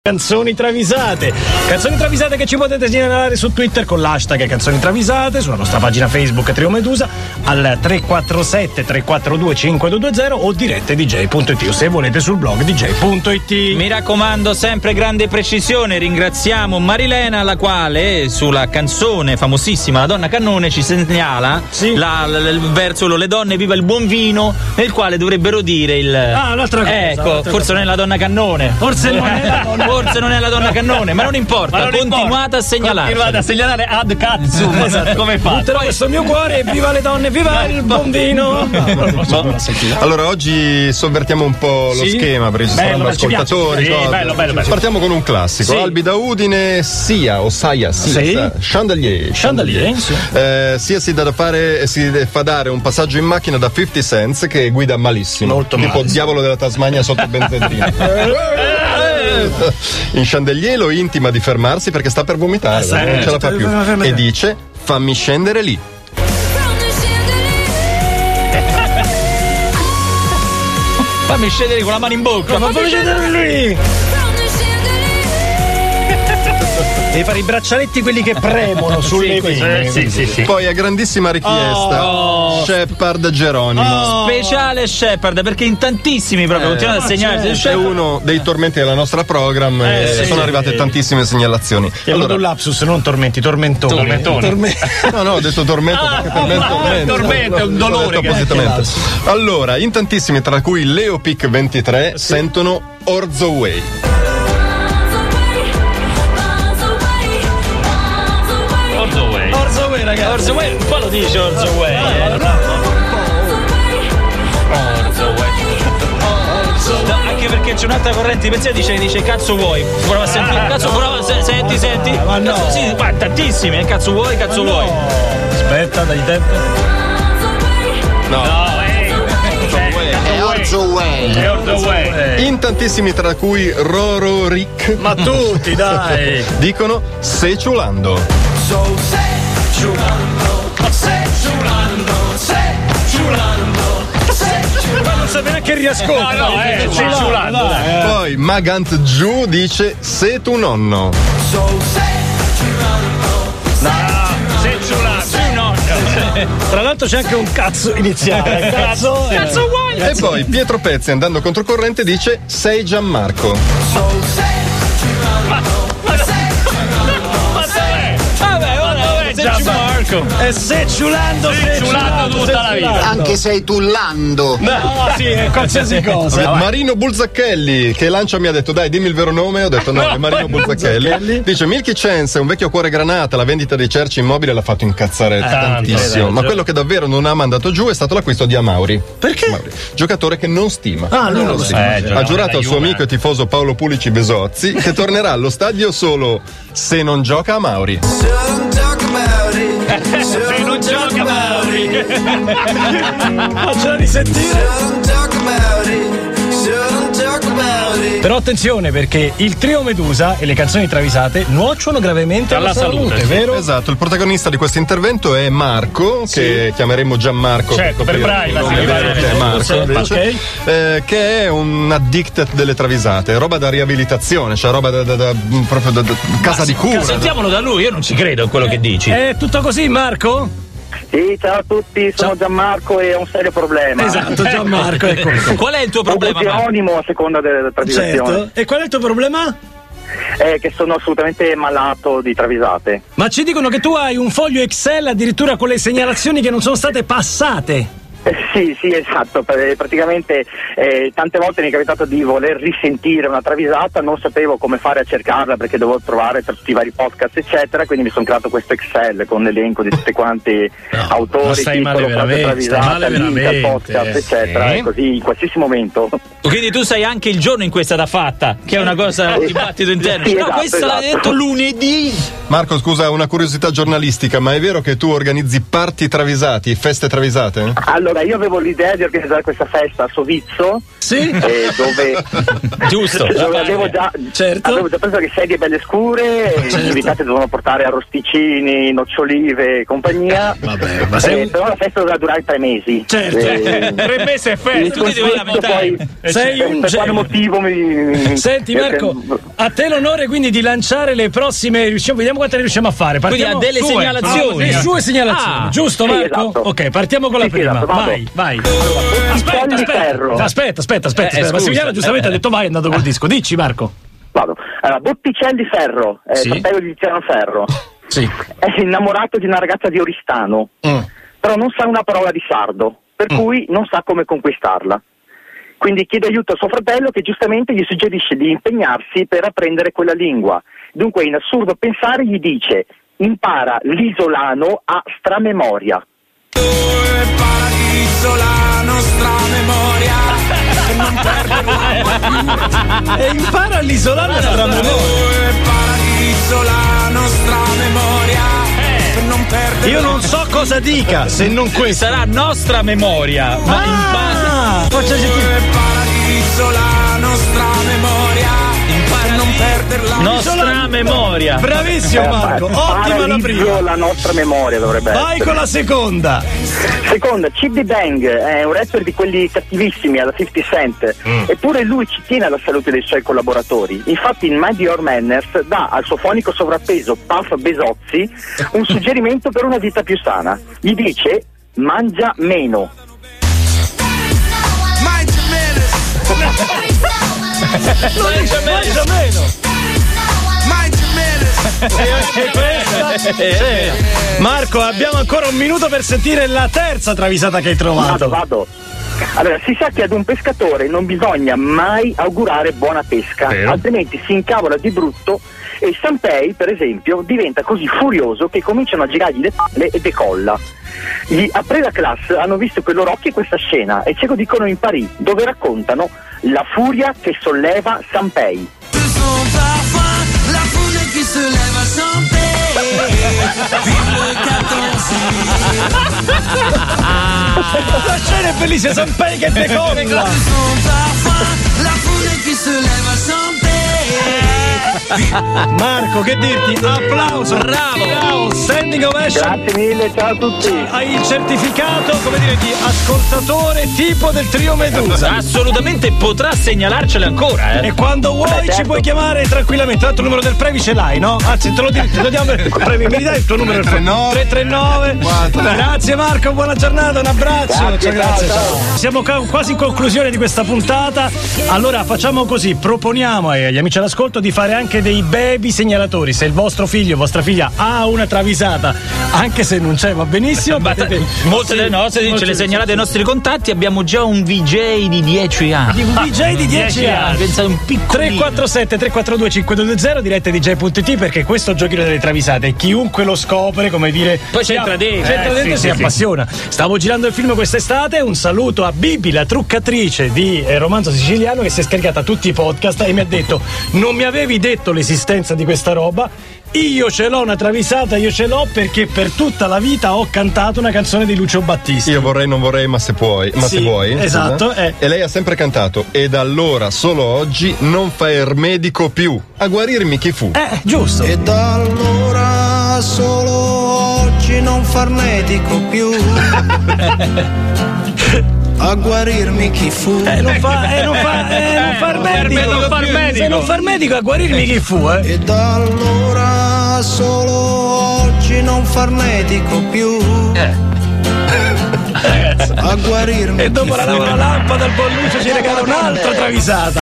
Canzoni travisate che ci potete segnalare su Twitter con l'hashtag Canzoni Travisate, sulla nostra pagina Facebook Trio Medusa al 347 342 5220 o dirette dj.it o se volete sul blog dj.it. Mi raccomando, sempre grande precisione, ringraziamo Marilena, la quale sulla canzone famosissima La Donna Cannone ci segnala il verso Le donne viva il buon vino, nel quale dovrebbero dire un'altra cosa. Ecco, forse non è la donna Cannone, forse non è la donna Cannone, ma non importa, continuate a segnalare. Continuate a segnalare ad cazzo. Come fa? Butterò questo mio cuore, viva le donne, viva il buon vino. Allora, oggi sovvertiamo un po' lo schema, perché ci saranno ascoltatori. Bello. Partiamo con un classico. Albi da Udine, Sia Chandelier. Sia si fa dare un passaggio in macchina da 50 Cent che guida malissimo. Molto tipo male. Diavolo della Tasmania sotto benzina. In Chandelier lo intima di fermarsi perché sta per vomitare, non ce la fa più, e dice: fammi scendere lì. Fammi scendere con la mano in bocca, fammi scendere lì. Devi fare i braccialetti, quelli che premono sulle vene. Sì. Poi a grandissima richiesta Shepard Geronimo. Speciale Shepard, perché in tantissimi proprio continuano a segnalare. È uno dei tormenti della nostra program e sono arrivate tantissime segnalazioni. È un lapsus, non tormenti, tormentoni. No, ho detto tormento perché per me è tormento, è un dolore. Appositamente. Allora, in tantissimi, tra cui Leopic 23, sentono Orzo Way. Orzo Way, un po' lo dice Orzo Way. No, anche perché c'è un'altra corrente di pensiero dice cazzo vuoi? Prova a sentire, senti. Ma no. Cazzo, sì, ma tantissimi, cazzo vuoi? Aspetta, dai tempo. È Orzo Way. In tantissimi, tra cui Roro Rick. Ma tutti, dai. Dicono sei ciulando. Ma non sapeva che riascolta. ciulando. Poi Magant Giù dice sei tu nonno. Tra l'altro c'è anche un cazzo iniziale. Cazzo vuoi? E poi Pietro Pezzi, andando controcorrente, dice sei Gianmarco. Gianmarco. E sei ciulando tutta la vita. Anche sei tullando. No, sì, è qualsiasi cosa. Marino Bulzacchelli, che lancia, mi ha detto dai dimmi il vero nome, ho detto no, è Marino Bulzacchelli. Dice Milky Chance è un vecchio cuore granata, la vendita dei cerci immobili l'ha fatto incazzare tantissimo, ma quello che davvero non ha mandato giù è stato l'acquisto di Amauri. Perché? Amauri, giocatore che non stima. Non lo stima. Ha giurato al suo amico e tifoso Paolo Pulici Besozzi che tornerà allo stadio solo se non gioca Amauri. Se non gioca Mauri. Facciamo risentire. Però attenzione, perché il trio Medusa e le canzoni travisate nuocciono gravemente alla salute, vero? Esatto, il protagonista di questo intervento è Marco, che chiameremo Gianmarco. Certo, per privacy. Marco, invece, che è un addicted delle travisate, roba da riabilitazione, cioè roba proprio da casa di cura. Sentiamolo da lui, io non ci credo a quello che dici. È tutto così, Marco? Sì, ciao a tutti, sono Gianmarco e ho un serio problema. Esatto, Gianmarco, ecco. Qual è il tuo problema? Un omonimo a seconda della travisazione. Certo. E qual è il tuo problema? Che sono assolutamente malato di travisate. Ma ci dicono che tu hai un foglio Excel addirittura con le segnalazioni che non sono state passate. Sì, esatto, praticamente tante volte mi è capitato di voler risentire una travisata, non sapevo come fare a cercarla perché dovevo trovare tra tutti i vari podcast eccetera, quindi mi sono creato questo Excel con l'elenco di tutti quanti autori, titolo, frase travisata, link al podcast eccetera, e così in qualsiasi momento. Quindi tu sai anche il giorno in cui è stata fatta, che è una cosa di dibattito interno. Sì, No, esatto, questa l'hai detto lunedì. Marco, scusa, una curiosità giornalistica, ma è vero che tu organizzi party travisati, feste travisate? Allora, Allora, io avevo l'idea di organizzare questa festa a Sovizzo. Sì? Dove Giusto. dove avevo già preso le sedie belle scure, gli invitati dovevano portare arrosticini, nocciolive e compagnia. Vabbè, ma però la festa doveva durare 3 mesi. Certo. 3 mesi e festa. Tu ti devi lamentare. Sei un per quale genio. motivo Senti Marco, a te l'onore quindi di lanciare le prossime, vediamo quante ne riusciamo a fare. Quindi ha delle segnalazioni. Le sue segnalazioni, giusto Sì, Marco? esatto. Ok, partiamo con la Sì, prima. esatto, vado. Vai. Botticelli di ferro. Aspetta. scusa. Massimiliano giustamente ha detto vai, è andato col disco. Dici Marco. Vado. Allora, Botticelli Ferro, Sì. fratello di Tiziano Ferro. Sì. È innamorato di una ragazza di Oristano, però non sa una parola di sardo, per cui non sa come conquistarla. Quindi chiede aiuto a suo fratello, che giustamente gli suggerisce di impegnarsi per apprendere quella lingua. Dunque, in assurdo pensare, gli dice: impara l'isolano a stramemoria. E impara l'isolano a stramemoria. Io non so cosa dica se non questo. Sarà nostra memoria, ma impara. Faccia sentire. Nostra memoria. Bravissimo Marco, ottima la prima. La nostra memoria dovrebbe Vai essere. con la seconda. Seconda, Chip Bang è un rapper di quelli cattivissimi alla 50 Cent, eppure lui ci tiene alla salute dei suoi collaboratori. Infatti in Mind Your Manners dà al suo fonico sovrappeso Puff Besozzi un suggerimento per una vita più sana. Gli dice: mangia meno. Mangia meno. Marco, abbiamo ancora un minuto per sentire la terza travisata che hai trovato. Vado. Allora, si sa che ad un pescatore non bisogna mai augurare buona pesca, altrimenti si incavola di brutto e Sanpei, per esempio, diventa così furioso che cominciano a girargli le palle e decolla. Gli après la classe hanno visto con i loro occhi questa scena e ce lo dicono in Parigi, dove raccontano la furia che solleva Sanpei. La scena è bellissima, Sanpei che decolla. Marco, che dirti? Applauso, bravo, standing ovation. Grazie mille, ciao a tutti. Hai il certificato, come dire, di ascoltatore tipo del trio Medusa. Assolutamente potrà segnalarcele ancora, E quando vuoi ci puoi chiamare tranquillamente. Tanto il numero del Previ ce l'hai, no? Anzi, te lo diamo. Previ, mi dai il tuo numero del 339. Grazie Marco, buona giornata, un abbraccio. Grazie. Ciao. Siamo quasi in conclusione di questa puntata. Allora facciamo così, proponiamo agli amici all'ascolto di fare anche dei baby segnalatori. Se il vostro figlio o vostra figlia ha una travisata, anche se non c'è, va benissimo. Molte delle nostre ce le segnalate ai nostri contatti. Abbiamo già un VJ di 10 anni. Un VJ di 10 anni. Pensa un piccolino. 347 342 5220 dirette DJ.it, perché questo giochino delle travisate chiunque lo scopre, come dire, Poi c'entra dentro. e si appassiona. Stavo girando il film quest'estate. Un saluto a Bibi, la truccatrice di Romanzo Siciliano, che si è scaricata tutti i podcast e mi ha detto: non mi avevi detto l'esistenza di questa roba. Io ce l'ho una travisata, perché per tutta la vita ho cantato una canzone di Lucio Battisti. Io vorrei, non vorrei, ma se puoi. Sì, se vuoi. esatto. E lei ha sempre cantato: e da allora, solo oggi, non fa il medico più. A guarirmi chi fu? Giusto. E da allora, solo oggi, non far medico più. A guarirmi chi fu. Non far medico. Se non far medico, a guarirmi chi fu, E da allora solo oggi non far medico più. A guarirmi E dopo la lampada al Bolluccio ci regala un'altra travisata.